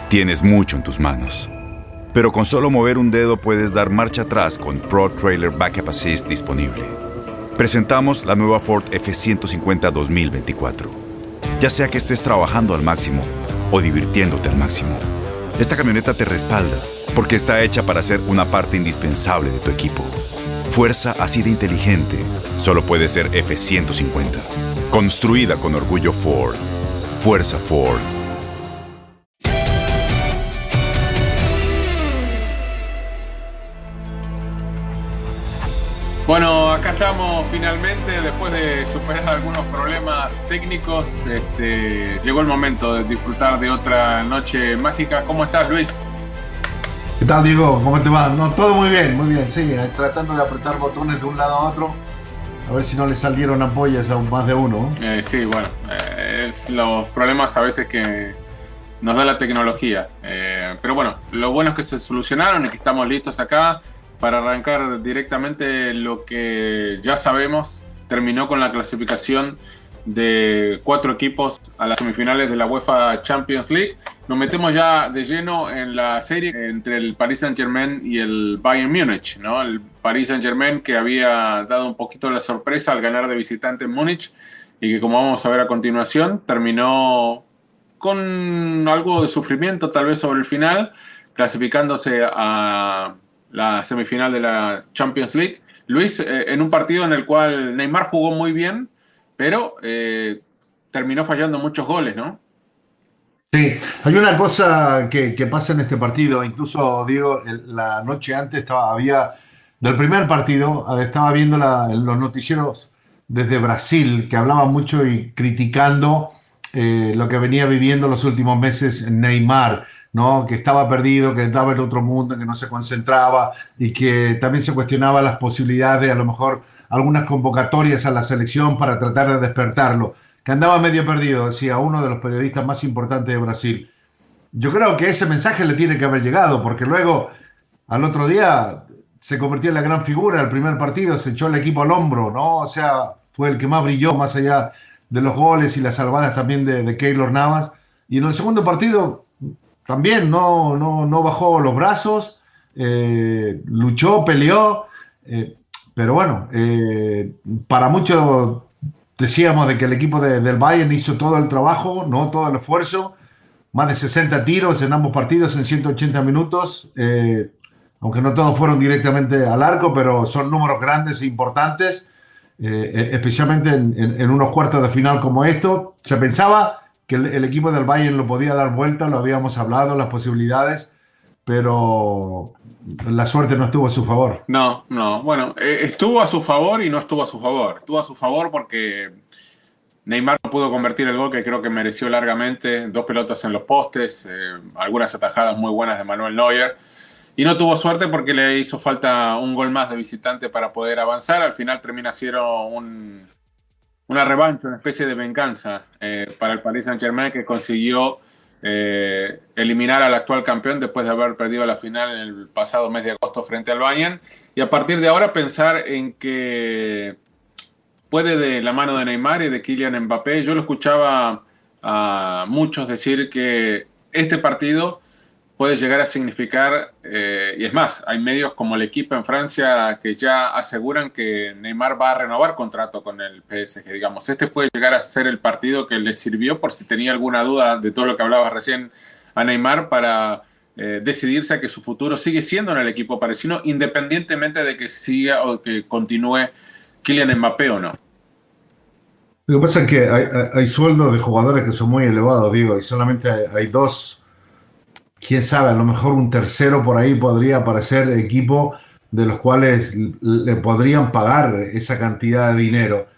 Tienes mucho en tus manos. Pero con solo mover un dedo puedes dar marcha atrás con Pro Trailer Backup Assist disponible. Presentamos la nueva Ford F-150 2024. Ya sea que estés trabajando al máximo o divirtiéndote al máximo, esta camioneta te respalda porque está hecha para ser una parte indispensable de tu equipo. Fuerza así de inteligente solo puede ser F-150. Construida con orgullo Ford. Fuerza Ford. Bueno, acá estamos finalmente, después de superar algunos problemas técnicos. Llegó el momento de disfrutar de otra noche mágica. ¿Cómo estás, Luis? ¿Qué tal, Diego? ¿Cómo te va? No, todo muy bien, sí, tratando de apretar botones de un lado a otro, a ver si no le salieron ampollas a más de uno. Sí, bueno, es los problemas a veces que nos da la tecnología. Pero bueno, lo bueno es que se solucionaron y que estamos listos acá para arrancar directamente lo que ya sabemos. Terminó con la clasificación de 4 equipos a las semifinales de la UEFA Champions League. Nos metemos ya de lleno en la serie entre el Paris Saint-Germain y el Bayern Múnich, ¿no? El Paris Saint-Germain, que había dado un poquito la sorpresa al ganar de visitante en Múnich y que, como vamos a ver a continuación, terminó con algo de sufrimiento tal vez sobre el final, clasificándose a la semifinal de la Champions League. Luis, en un partido en el cual Neymar jugó muy bien, pero terminó fallando muchos goles, ¿no? Sí, hay una cosa que pasa en este partido, incluso, Diego, la noche antes del primer partido, estaba viendo los noticieros desde Brasil, que hablaban mucho y criticando lo que venía viviendo los últimos meses Neymar, ¿no? Que estaba perdido, que estaba en otro mundo, que no se concentraba y que también se cuestionaba las posibilidades de a lo mejor algunas convocatorias a la selección para tratar de despertarlo, que andaba medio perdido, decía uno de los periodistas más importantes de Brasil. Yo creo que ese mensaje le tiene que haber llegado, porque luego al otro día se convirtió en la gran figura. El primer partido se echó el equipo al hombro, ¿no? O sea, fue el que más brilló, más allá de los goles y las salvadas también de Keylor Navas. Y en el segundo partido también no bajó los brazos, luchó, peleó, pero bueno, para muchos decíamos de que el equipo del Bayern hizo todo el trabajo, no todo el esfuerzo, más de 60 tiros en ambos partidos en 180 minutos, aunque no todos fueron directamente al arco, pero son números grandes e importantes, especialmente en unos cuartos de final como esto. Se pensaba que el equipo del Bayern lo podía dar vuelta, lo habíamos hablado, las posibilidades, pero la suerte no estuvo a su favor. No, bueno, estuvo a su favor y no estuvo a su favor. Estuvo a su favor porque Neymar no pudo convertir el gol que creo que mereció largamente, 2 pelotas en los postes, algunas atajadas muy buenas de Manuel Neuer, y no tuvo suerte porque le hizo falta un gol más de visitante para poder avanzar. Al final termina siendo una revancha, una especie de venganza para el Paris Saint-Germain, que consiguió eliminar al actual campeón después de haber perdido la final en el pasado mes de agosto frente al Bayern. Y a partir de ahora pensar en que puede, de la mano de Neymar y de Kylian Mbappé. Yo lo escuchaba a muchos decir que este partido puede llegar a significar, y es más, hay medios como el Equipo en Francia que ya aseguran que Neymar va a renovar contrato con el PSG, digamos. Este puede llegar a ser el partido que le sirvió, por si tenía alguna duda de todo lo que hablabas recién, a Neymar, para decidirse a que su futuro sigue siendo en el equipo parisino, independientemente de que siga o que continúe Kylian Mbappé o no. Lo que pasa es que hay sueldos de jugadores que son muy elevados, digo, y solamente hay 2. Quién sabe, a lo mejor un tercero por ahí podría aparecer equipo de los cuales le podrían pagar esa cantidad de dinero.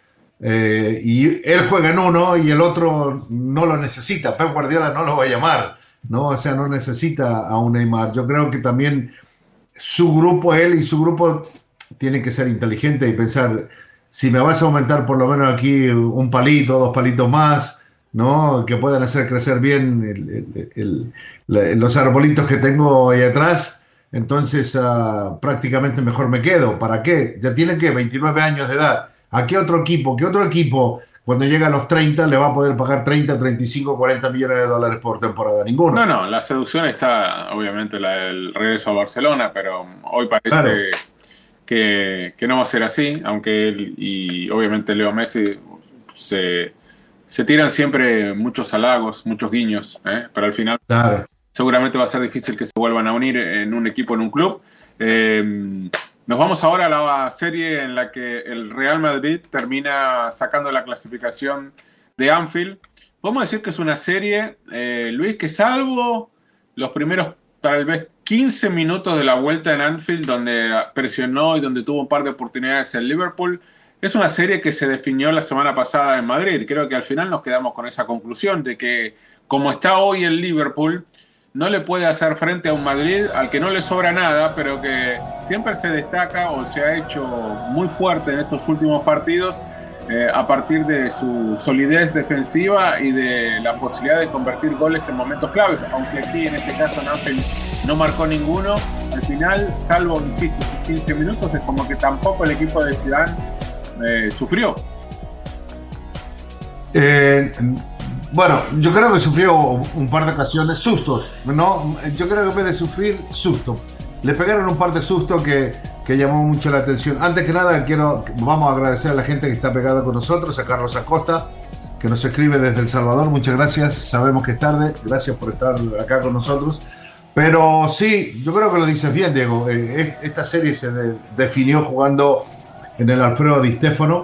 Y él juega en uno y el otro no lo necesita. Pep Guardiola no lo va a llamar, ¿no? O sea, no necesita a un Neymar. Yo creo que también su grupo, él y su grupo, tienen que ser inteligentes y pensar, si me vas a aumentar por lo menos aquí un palito, 2 palitos más, ¿no? Que puedan hacer crecer bien los arbolitos que tengo ahí atrás, entonces prácticamente mejor me quedo. ¿Para qué? Ya tienen que 29 años de edad. ¿A qué otro equipo cuando llega a los 30 le va a poder pagar 30, 35, 40 millones de dólares por temporada. Ninguno. No, la seducción está, obviamente, el regreso a Barcelona, pero hoy parece Claro. que no va a ser así, aunque él y obviamente Leo Messi se tiran siempre muchos halagos, muchos guiños, pero al final Claro. seguramente va a ser difícil que se vuelvan a unir en un equipo, en un club. Nos vamos ahora a la serie en la que el Real Madrid termina sacando la clasificación de Anfield. Podemos decir que es una serie, Luis, que salvo los primeros tal vez 15 minutos de la vuelta en Anfield, donde presionó y donde tuvo un par de oportunidades el Liverpool, es una serie que se definió la semana pasada en Madrid. Creo que al final nos quedamos con esa conclusión de que como está hoy el Liverpool, no le puede hacer frente a un Madrid al que no le sobra nada, pero que siempre se destaca o se ha hecho muy fuerte en estos últimos partidos a partir de su solidez defensiva y de la posibilidad de convertir goles en momentos claves, aunque aquí en este caso Anfield no marcó ninguno. Al final, salvo, insisto, 15 minutos, es como que tampoco el equipo de Zidane sufrió. Bueno, yo creo que sufrió un par de ocasiones, sustos, ¿no? Yo creo que en vez de sufrir, susto. Le pegaron un par de sustos que llamó mucho la atención. Antes que nada, vamos a agradecer a la gente que está pegada con nosotros, a Carlos Acosta, que nos escribe desde El Salvador. Muchas gracias, sabemos que es tarde, gracias por estar acá con nosotros. Pero sí, yo creo que lo dices bien, Diego. Esta serie se definió jugando en el Alfredo Di Stéfano.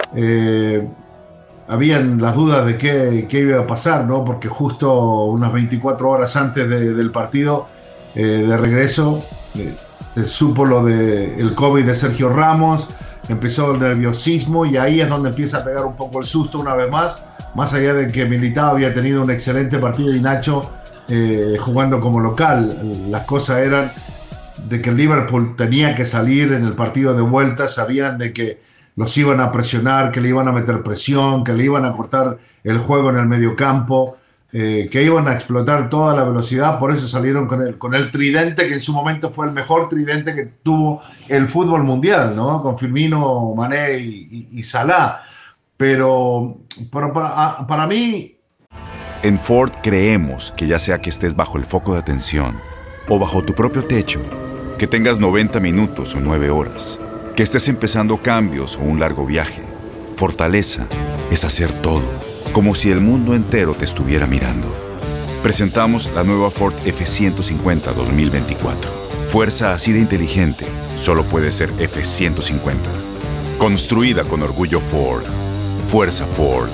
Habían las dudas de qué iba a pasar, ¿no? Porque justo unas 24 horas antes del partido de regreso se supo lo del COVID de Sergio Ramos, empezó el nerviosismo y ahí es donde empieza a pegar un poco el susto una vez más allá de que Militao había tenido un excelente partido y Nacho jugando como local. Las cosas eran de que el Liverpool tenía que salir en el partido de vuelta, sabían de que los iban a presionar, que le iban a meter presión, que le iban a cortar el juego en el mediocampo, que iban a explotar toda la velocidad. Por eso salieron con el tridente, que en su momento fue el mejor tridente que tuvo el fútbol mundial, ¿no? Con Firmino, Mané y Salah. Pero para mí... En Ford creemos que ya sea que estés bajo el foco de atención o bajo tu propio techo, que tengas 90 minutos o 9 horas, que estés empezando cambios o un largo viaje, fortaleza es hacer todo, como si el mundo entero te estuviera mirando. Presentamos la nueva Ford F-150 2024. Fuerza así de inteligente solo puede ser F-150. Construida con orgullo Ford. Fuerza Ford.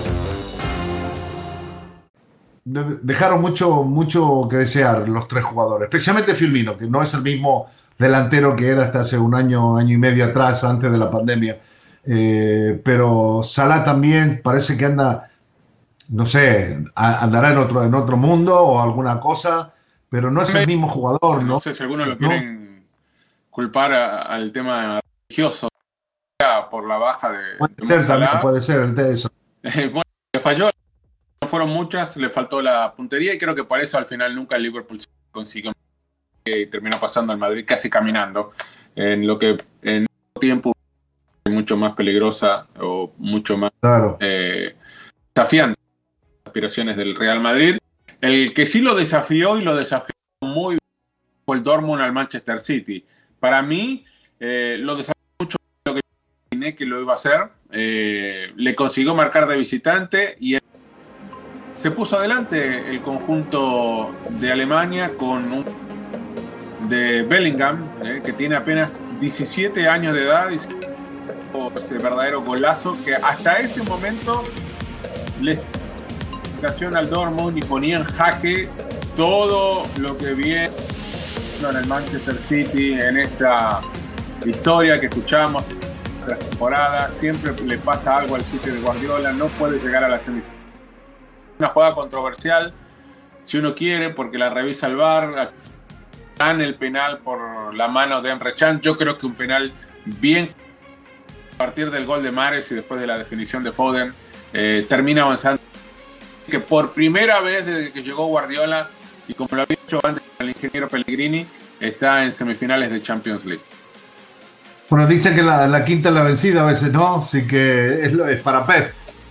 Dejaron mucho que desear los tres jugadores, especialmente Firmino, que no es el mismo delantero que era hasta hace un año y medio atrás, antes de la pandemia. Pero Salah también parece que anda, no sé, andará en otro mundo o alguna cosa, pero no es el mismo jugador, ¿no? No sé si algunos lo quieren culpar al tema religioso por la baja de Salah. Puede ser el de eso. Bueno, le falló, no fueron muchas, le faltó la puntería y creo que por eso al final nunca el Liverpool consiguió y terminó pasando al Madrid casi caminando, en lo que en tiempo es mucho más peligrosa o mucho más desafiante las aspiraciones del Real Madrid. El que sí lo desafió y lo desafió muy bien fue el Dortmund al Manchester City. Para mí lo desafió mucho lo que imaginé que lo iba a hacer. Le consiguió marcar de visitante y se puso adelante el conjunto de Alemania con de Bellingham, que tiene apenas 17 años de edad, y ese verdadero golazo que hasta ese momento le estaciona al Dortmund y ponía en jaque todo lo que viene en el Manchester City en esta historia que escuchamos la temporada. Siempre le pasa algo al City de Guardiola, no puede llegar a la semifinal. Una jugada controversial, si uno quiere, porque la revisa el VAR. Dan el penal por la mano de Emre Can. Yo creo que un penal bien a partir del gol de Mahrez y después de la definición de Foden termina avanzando. Que por primera vez desde que llegó Guardiola, y como lo había dicho antes el ingeniero Pellegrini, está en semifinales de Champions League. Bueno, dicen que la quinta es la vencida a veces, ¿no? Así que es para Pep.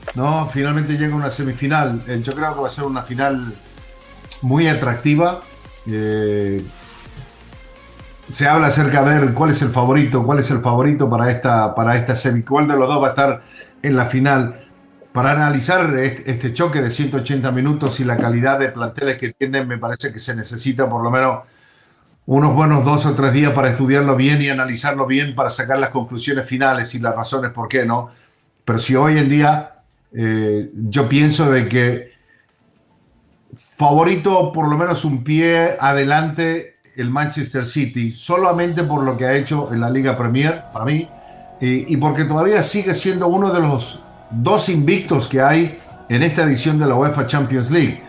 ¿no? Finalmente llega una semifinal. Yo creo que va a ser una final muy atractiva. Se habla acerca de ver cuál es el favorito para esta semi, cuál de los dos va a estar en la final. Para analizar este choque de 180 minutos y la calidad de planteles que tienen, me parece que se necesita por lo menos unos buenos 2 o 3 días para estudiarlo bien y analizarlo bien para sacar las conclusiones finales y las razones por qué, ¿no? Pero si hoy en día yo pienso de que favorito por lo menos un pie adelante el Manchester City, solamente por lo que ha hecho en la Liga Premier, para mí, y porque todavía sigue siendo uno de los 2 invictos que hay en esta edición de la UEFA Champions League.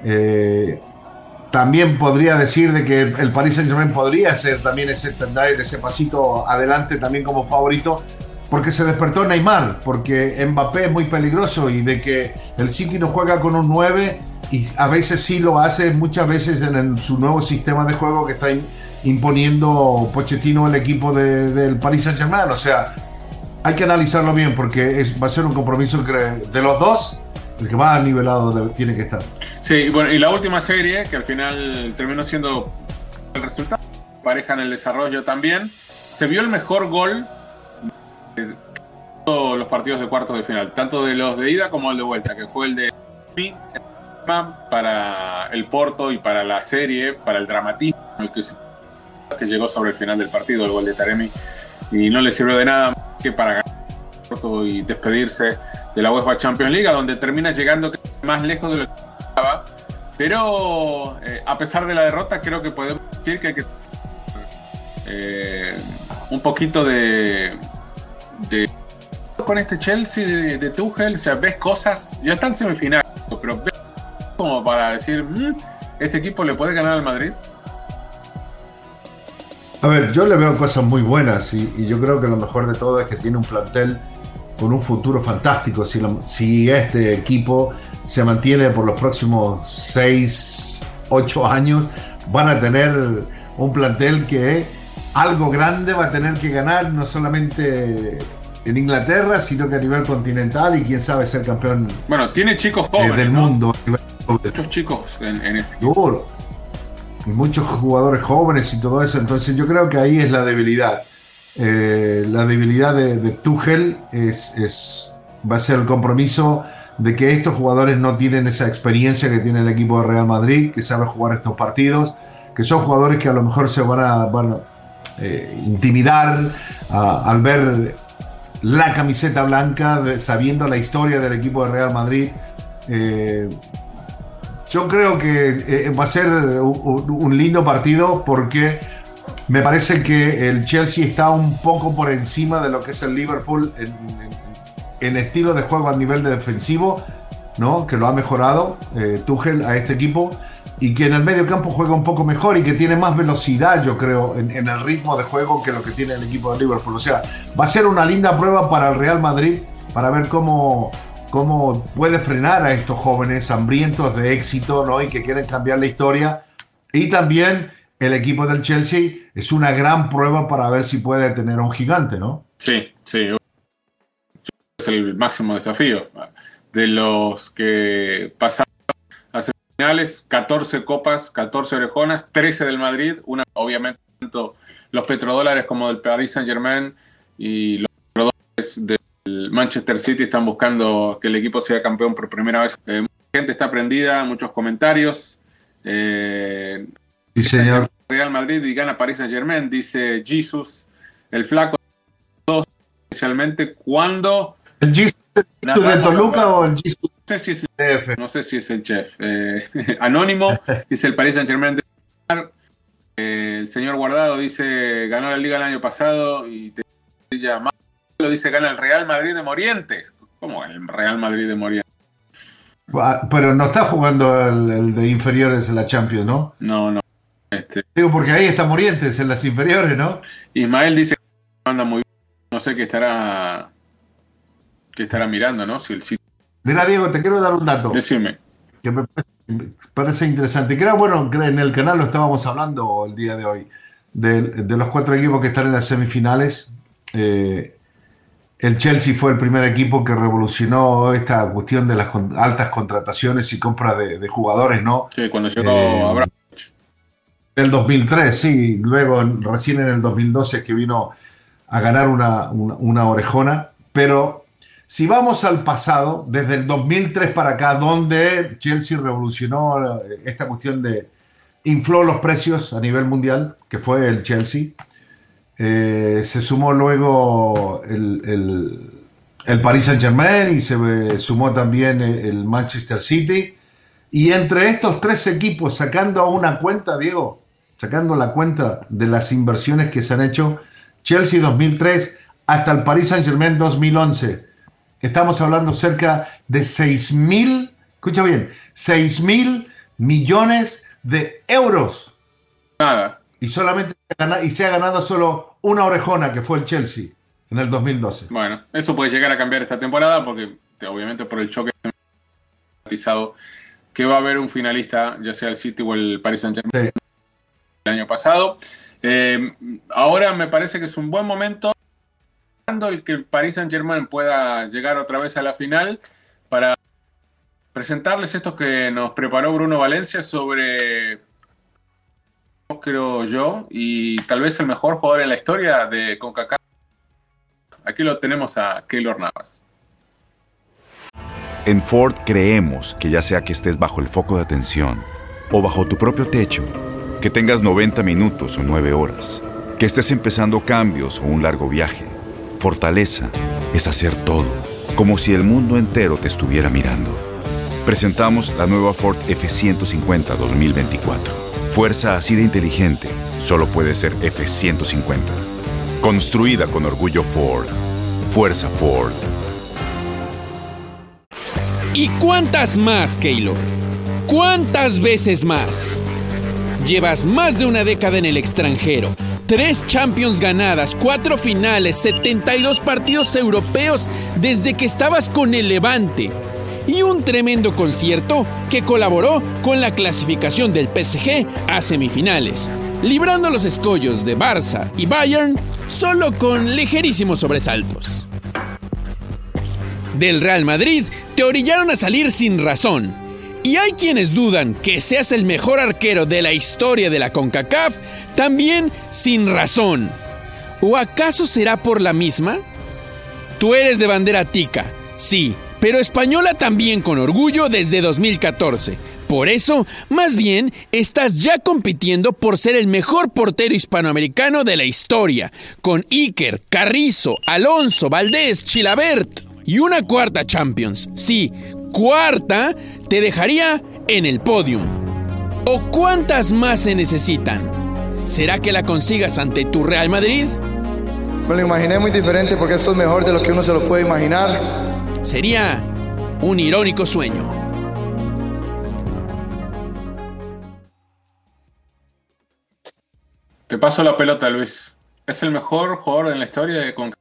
También podría decir de que el Paris Saint-Germain podría ser también ese pasito adelante también como favorito, porque se despertó Neymar, porque Mbappé es muy peligroso y de que el City no juega con un 9 y a veces sí lo hace, muchas veces en su nuevo sistema de juego que está imponiendo Pochettino el equipo del Paris Saint-Germain. O sea, hay que analizarlo bien porque va a ser un compromiso de los dos, el que más nivelado tiene que estar. Sí, bueno, y la última serie, que al final terminó siendo el resultado, pareja en el desarrollo también, se vio el mejor gol de todos los partidos de cuartos de final, tanto de los de ida como el de vuelta, que fue el de para el Porto y para la serie, para el dramatismo que llegó sobre el final del partido, el gol de Taremi, y no le sirvió de nada que para ganar el Porto y despedirse de la UEFA Champions League, donde termina llegando más lejos de lo que estaba. Pero a pesar de la derrota, creo que podemos decir que hay que un poquito de con este Chelsea de Tuchel. O sea, ves cosas, ya están semifinales, pero ves como para decir, este equipo le puede ganar al Madrid. A ver, yo le veo cosas muy buenas y yo creo que lo mejor de todo es que tiene un plantel con un futuro fantástico. Si este equipo se mantiene por los próximos 6, 8 años, van a tener un plantel que algo grande va a tener que ganar, no solamente en Inglaterra, sino que a nivel continental y quién sabe ser campeón. Bueno, tiene chicos jóvenes del mundo. Muchos chicos en este equipo. Muchos jugadores jóvenes y todo eso, entonces yo creo que ahí es la debilidad. La debilidad de Tuchel va a ser el compromiso de que estos jugadores no tienen esa experiencia que tiene el equipo de Real Madrid, que sabe jugar estos partidos, que son jugadores que a lo mejor se van a intimidar al ver la camiseta blanca, sabiendo la historia del equipo de Real Madrid. Yo creo que va a ser un lindo partido porque me parece que el Chelsea está un poco por encima de lo que es el Liverpool en estilo de juego a nivel de defensivo, ¿no? Que lo ha mejorado Tuchel a este equipo y que en el medio campo juega un poco mejor y que tiene más velocidad, yo creo, en el ritmo de juego que lo que tiene el equipo de Liverpool. O sea, va a ser una linda prueba para el Real Madrid para ver cómo puede frenar a estos jóvenes hambrientos de éxito, ¿no? Y que quieren cambiar la historia. Y también el equipo del Chelsea es una gran prueba para ver si puede tener un gigante, ¿no? Sí. Es el máximo desafío. De los que pasaron a semifinales, 14 copas, 14 orejonas, 13 del Madrid, una obviamente tanto los petrodólares como del Paris Saint-Germain y los petrodólares del Manchester City están buscando que el equipo sea campeón por primera vez. Mucha gente está prendida, muchos comentarios. Sí, señor. Real Madrid y gana Paris Saint-Germain, dice Jesus, el flaco, especialmente cuando... ¿El Jesus de Toluca o el Jesus? No sé si es el chef. Anónimo dice el Paris Saint-Germain de el señor Guardado dice ganó la Liga el año pasado y lo dice gana el Real Madrid de Morientes. ¿Cómo el Real Madrid de Morientes? Pero no está jugando el de inferiores en la Champions, ¿no? No. Digo, porque ahí está Morientes en las inferiores, ¿no? Ismael dice que anda muy bien. No sé qué estará mirando, ¿no? Si el sitio... Mira, Diego, te quiero dar un dato. Decime. Que me parece interesante. Bueno, en el canal lo estábamos hablando el día de hoy, de los 4 equipos que están en las semifinales. el Chelsea fue el primer equipo que revolucionó esta cuestión de las altas contrataciones y compra de jugadores, ¿no? Sí, cuando Eh, llegó Abraham. en el 2003, sí, luego recién en el 2012 que vino a ganar una orejona, pero si vamos al pasado, desde el 2003 para acá, donde Chelsea revolucionó esta cuestión de infló los precios a nivel mundial, que fue el Chelsea. Se sumó luego el Paris Saint-Germain y se sumó también el Manchester City. Y entre estos tres equipos, sacando una cuenta, Diego, sacando la cuenta de las inversiones que se han hecho, Chelsea 2003 hasta el Paris Saint-Germain 2011, estamos hablando cerca de 6.000, escucha bien, 6.000 millones de euros. Nada. Y solamente se ha ganado solo una orejona, que fue el Chelsea en el 2012. Bueno, eso puede llegar a cambiar esta temporada porque obviamente por el choque garantizado que va a haber un finalista, ya sea el City o el Paris Saint-Germain, sí, el año pasado. Ahora me parece que es un buen momento el que el Paris Saint-Germain pueda llegar otra vez a la final para presentarles esto que nos preparó Bruno Valencia sobre, creo yo, y tal vez el mejor jugador en la historia de CONCACAF. Aquí lo tenemos a Keylor Navas. En Ford creemos que ya sea que estés bajo el foco de atención o bajo tu propio techo, que tengas 90 minutos o 9 horas, que estés empezando cambios o un largo viaje, fortaleza es hacer todo, como si el mundo entero te estuviera mirando. Presentamos la nueva Ford F-150 2024. Fuerza así de inteligente solo puede ser F-150. Construida con orgullo Ford. Fuerza Ford. ¿Y cuántas más, Keylor? ¿Cuántas veces más? Llevas más de una década en el extranjero, 3 Champions ganadas, 4 finales, 72 partidos europeos desde que estabas con el Levante y un tremendo concierto que colaboró con la clasificación del PSG a semifinales, librando los escollos de Barça y Bayern solo con ligerísimos sobresaltos. Del Real Madrid te orillaron a salir sin razón. Y hay quienes dudan que seas el mejor arquero de la historia de la CONCACAF, también sin razón. ¿O acaso será por la misma? Tú eres de bandera tica, sí, pero española también con orgullo desde 2014. Por eso, más bien, estás ya compitiendo por ser el mejor portero hispanoamericano de la historia, con Iker, Carrizo, Alonso, Valdés, Chilabert y una cuarta Champions. Sí, cuarta te dejaría en el podium. ¿O cuántas más se necesitan? ¿Será que la consigas ante tu Real Madrid? Me lo imaginé muy diferente porque eso es mejor de lo que uno se lo puede imaginar. Sería un irónico sueño. Te paso la pelota, Luis. Es el mejor jugador en la historia de CONCACAF.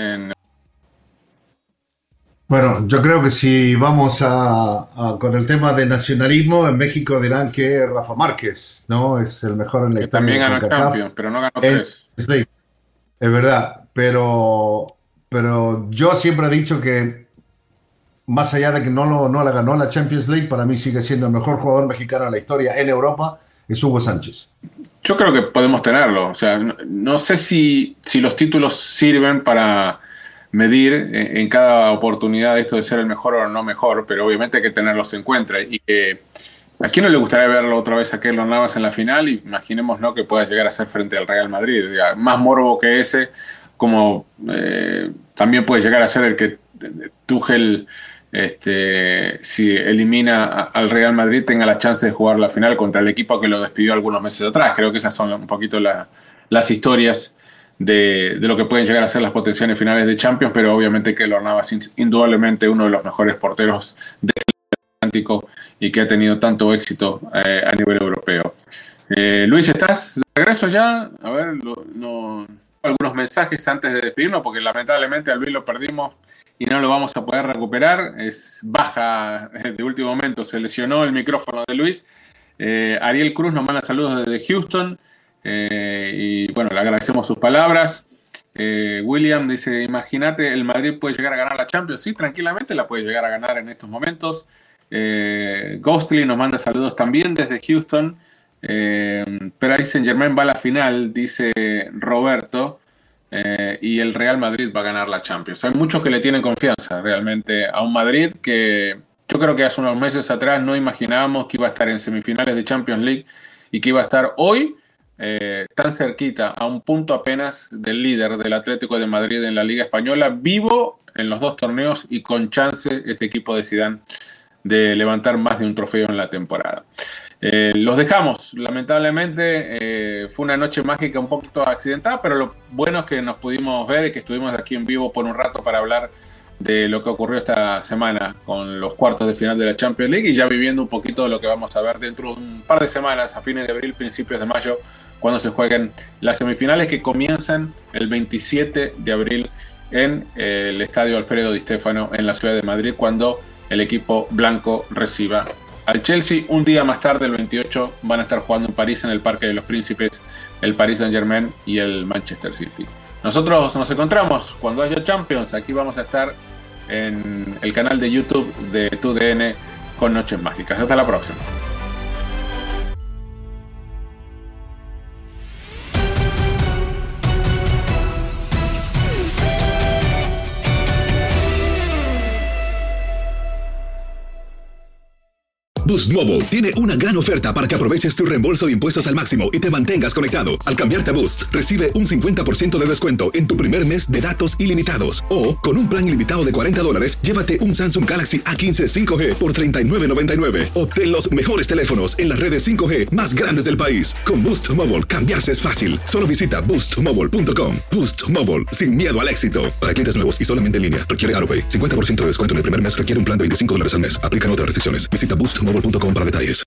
Bueno, yo creo que si vamos con el tema de nacionalismo, en México dirán que Rafa Márquez, ¿no? Es el mejor en la historia también de ganó CONCACAF. Champions, pero no ganó 3. Sí, es verdad, pero yo siempre he dicho que más allá de que no la ganó la Champions League, para mí sigue siendo el mejor jugador mexicano en la historia en Europa, es Hugo Sánchez. Yo creo que podemos tenerlo. O sea, no sé si los títulos sirven para medir en cada oportunidad esto de ser el mejor o no mejor, pero obviamente hay que tenerlos en cuenta. Y que ¿a quién no le gustaría verlo otra vez a Keylor Navas en la final? Imaginemos, ¿no?, que pueda llegar a ser frente al Real Madrid. Más morbo que ese, como también puede llegar a ser el que Tuchel, si elimina al Real Madrid, tenga la chance de jugar la final contra el equipo que lo despidió algunos meses atrás. Creo que esas son un poquito las historias de lo que pueden llegar a ser las potenciales finales de Champions, pero obviamente Keylor Navas es indudablemente uno de los mejores porteros del Atlántico y que ha tenido tanto éxito a nivel europeo. Luis, ¿estás de regreso ya? A ver, algunos mensajes antes de despedirnos, porque lamentablemente al Luis lo perdimos y no lo vamos a poder recuperar. Es baja de último momento, se lesionó el micrófono de Luis. Ariel Cruz nos manda saludos desde Houston. Y bueno, le agradecemos sus palabras. William dice, imagínate, el Madrid puede llegar a ganar la Champions. Sí, tranquilamente la puede llegar a ganar en estos momentos. Ghostly nos manda saludos también desde Houston. Paris Saint-Germain va a la final, dice Roberto, y el Real Madrid va a ganar la Champions. Hay muchos que le tienen confianza realmente a un Madrid que yo creo que hace unos meses atrás no imaginábamos que iba a estar en semifinales de Champions League y que iba a estar hoy tan cerquita, a un punto apenas del líder del Atlético de Madrid en la Liga Española, vivo en los dos torneos y con chance este equipo de Zidane de levantar más de un trofeo en la temporada. Los dejamos, lamentablemente fue una noche mágica un poquito accidentada, pero lo bueno es que nos pudimos ver y que estuvimos aquí en vivo por un rato para hablar de lo que ocurrió esta semana con los cuartos de final de la Champions League y ya viviendo un poquito de lo que vamos a ver dentro de un par de semanas, a fines de abril, principios de mayo, cuando se jueguen las semifinales que comienzan el 27 de abril en el Estadio Alfredo Di Stéfano en la ciudad de Madrid, cuando el equipo blanco reciba al Chelsea. Un día más tarde, el 28, van a estar jugando en París, en el Parque de los Príncipes, el Paris Saint-Germain y el Manchester City. Nosotros nos encontramos cuando haya Champions. Aquí vamos a estar en el canal de YouTube de TUDN con Noches Mágicas. Hasta la próxima. Boost Mobile tiene una gran oferta para que aproveches tu reembolso de impuestos al máximo y te mantengas conectado. Al cambiarte a Boost, recibe un 50% de descuento en tu primer mes de datos ilimitados. O, con un plan ilimitado de $40, llévate un Samsung Galaxy A15 5G por $39.99. Obtén los mejores teléfonos en las redes 5G más grandes del país. Con Boost Mobile, cambiarse es fácil. Solo visita boostmobile.com. Boost Mobile, sin miedo al éxito. Para clientes nuevos y solamente en línea, requiere AroPay. 50% de descuento en el primer mes, requiere un plan de $25 al mes. Aplican otras restricciones. Visita boostmobile.com para detalles.